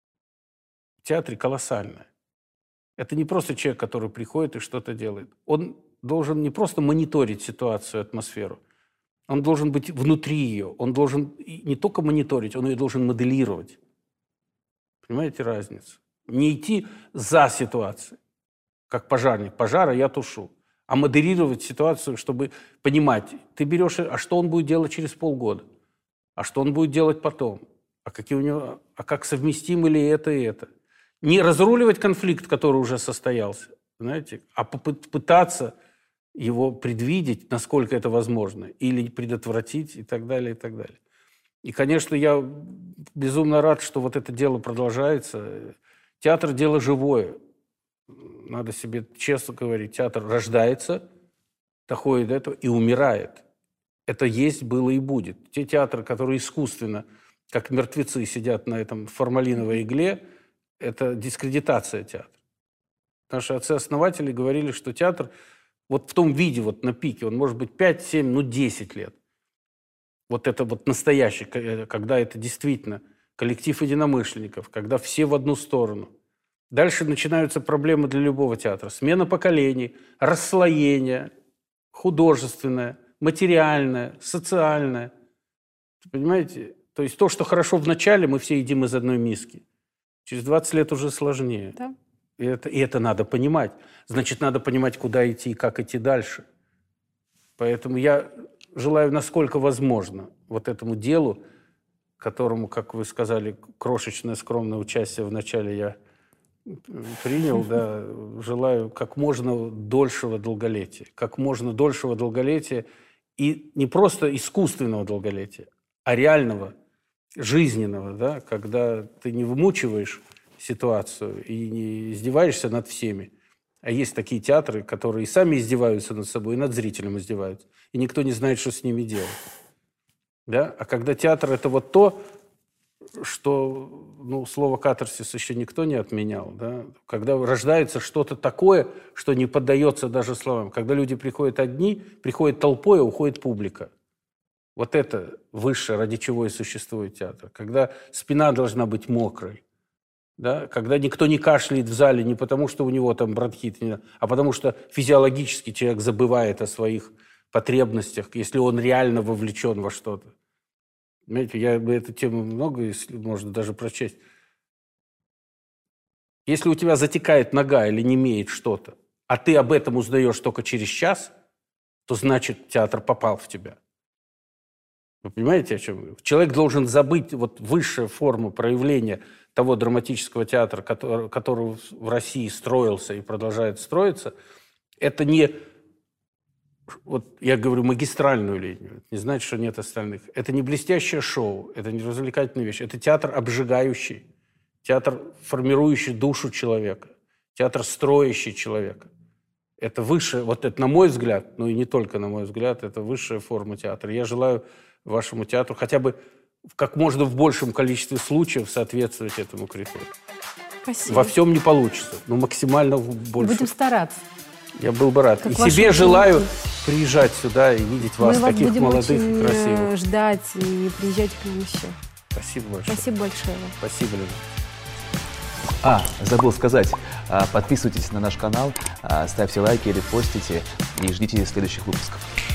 в театре колоссальная. Это не просто человек, который приходит и что-то делает. Он должен не просто мониторить ситуацию, атмосферу, он должен быть внутри ее. Он должен не только мониторить, он ее должен моделировать. Понимаете разницу? Не идти за ситуацией, как пожарник. Пожара я тушу. А модерировать ситуацию, чтобы понимать, ты берешь, а что он будет делать через полгода? А что он будет делать потом? А как совместимы ли это и это? Не разруливать конфликт, который уже состоялся, знаете, а попытаться его предвидеть, насколько это возможно, или предотвратить и так далее, и так далее. И, конечно, я безумно рад, что вот это дело продолжается. Театр – дело живое. Надо себе честно говорить. Театр рождается, доходит до этого и умирает. Это есть, было и будет. Те театры, которые искусственно, как мертвецы, сидят на этом формалиновой игле, это дискредитация театра. Наши отцы-основатели говорили, что театр вот в том виде, вот на пике, он может быть 5, 7, 10 лет. Вот это вот настоящий, когда это действительно коллектив единомышленников, когда все в одну сторону. Дальше начинаются проблемы для любого театра. Смена поколений, расслоение, художественное, материальное, социальное. Понимаете? То есть то, что хорошо в начале, мы все едим из одной миски. Через 20 лет уже сложнее. Да. И это надо понимать. Значит, надо понимать, куда идти и как идти дальше. Поэтому я желаю, насколько возможно, вот этому делу, которому, как вы сказали, крошечное скромное участие вначале я принял, да, желаю как можно дольшего долголетия. Как можно дольшего долголетия. И не просто искусственного долголетия, а реального, жизненного, да, когда ты не вымучиваешь ситуацию и не издеваешься над всеми. А есть такие театры, которые и сами издеваются над собой, и над зрителем издеваются. И никто не знает, что с ними делать. Да? А когда театр – это вот то, что, слово катарсис еще никто не отменял. Да? Когда рождается что-то такое, что не поддается даже словам. Когда люди приходят одни, приходит толпой, а уходит публика. Вот это высшее, ради чего и существует театр. Когда спина должна быть мокрой. Да? Когда никто не кашляет в зале не потому, что у него там бронхит, а потому что физиологически человек забывает о своих потребностях, если он реально вовлечен во что-то. Понимаете, я бы эту тему много, если можно даже прочесть. Если у тебя затекает нога или немеет что-то, а ты об этом узнаешь только через час, то значит театр попал в тебя. Вы понимаете, о чем я говорю? Человек должен забыть вот высшую форму проявления того драматического театра, который в России строился и продолжает строиться. Это не, вот я говорю, магистральную линию. Это не значит, что нет остальных. Это не блестящее шоу, это не развлекательная вещь. Это театр обжигающий, театр, формирующий душу человека, театр, строящий человека. это выше, вот это, на мой взгляд, ну и не только на мой взгляд, это высшая форма театра. Я желаю вашему театру хотя бы как можно в большем количестве случаев соответствовать этому критерию. Спасибо. Во всем не получится, но максимально больше. Будем стараться. Я был бы рад. Как И ваши себе желаю ученики. приезжать сюда и видеть вас, Мы вас таких будем молодых очень и красивых. ждать, и приезжайте к нам еще. Спасибо большое. Спасибо большое вам. Спасибо, Лена. Забыл сказать, подписывайтесь на наш канал, ставьте лайки, репостите и ждите следующих выпусков.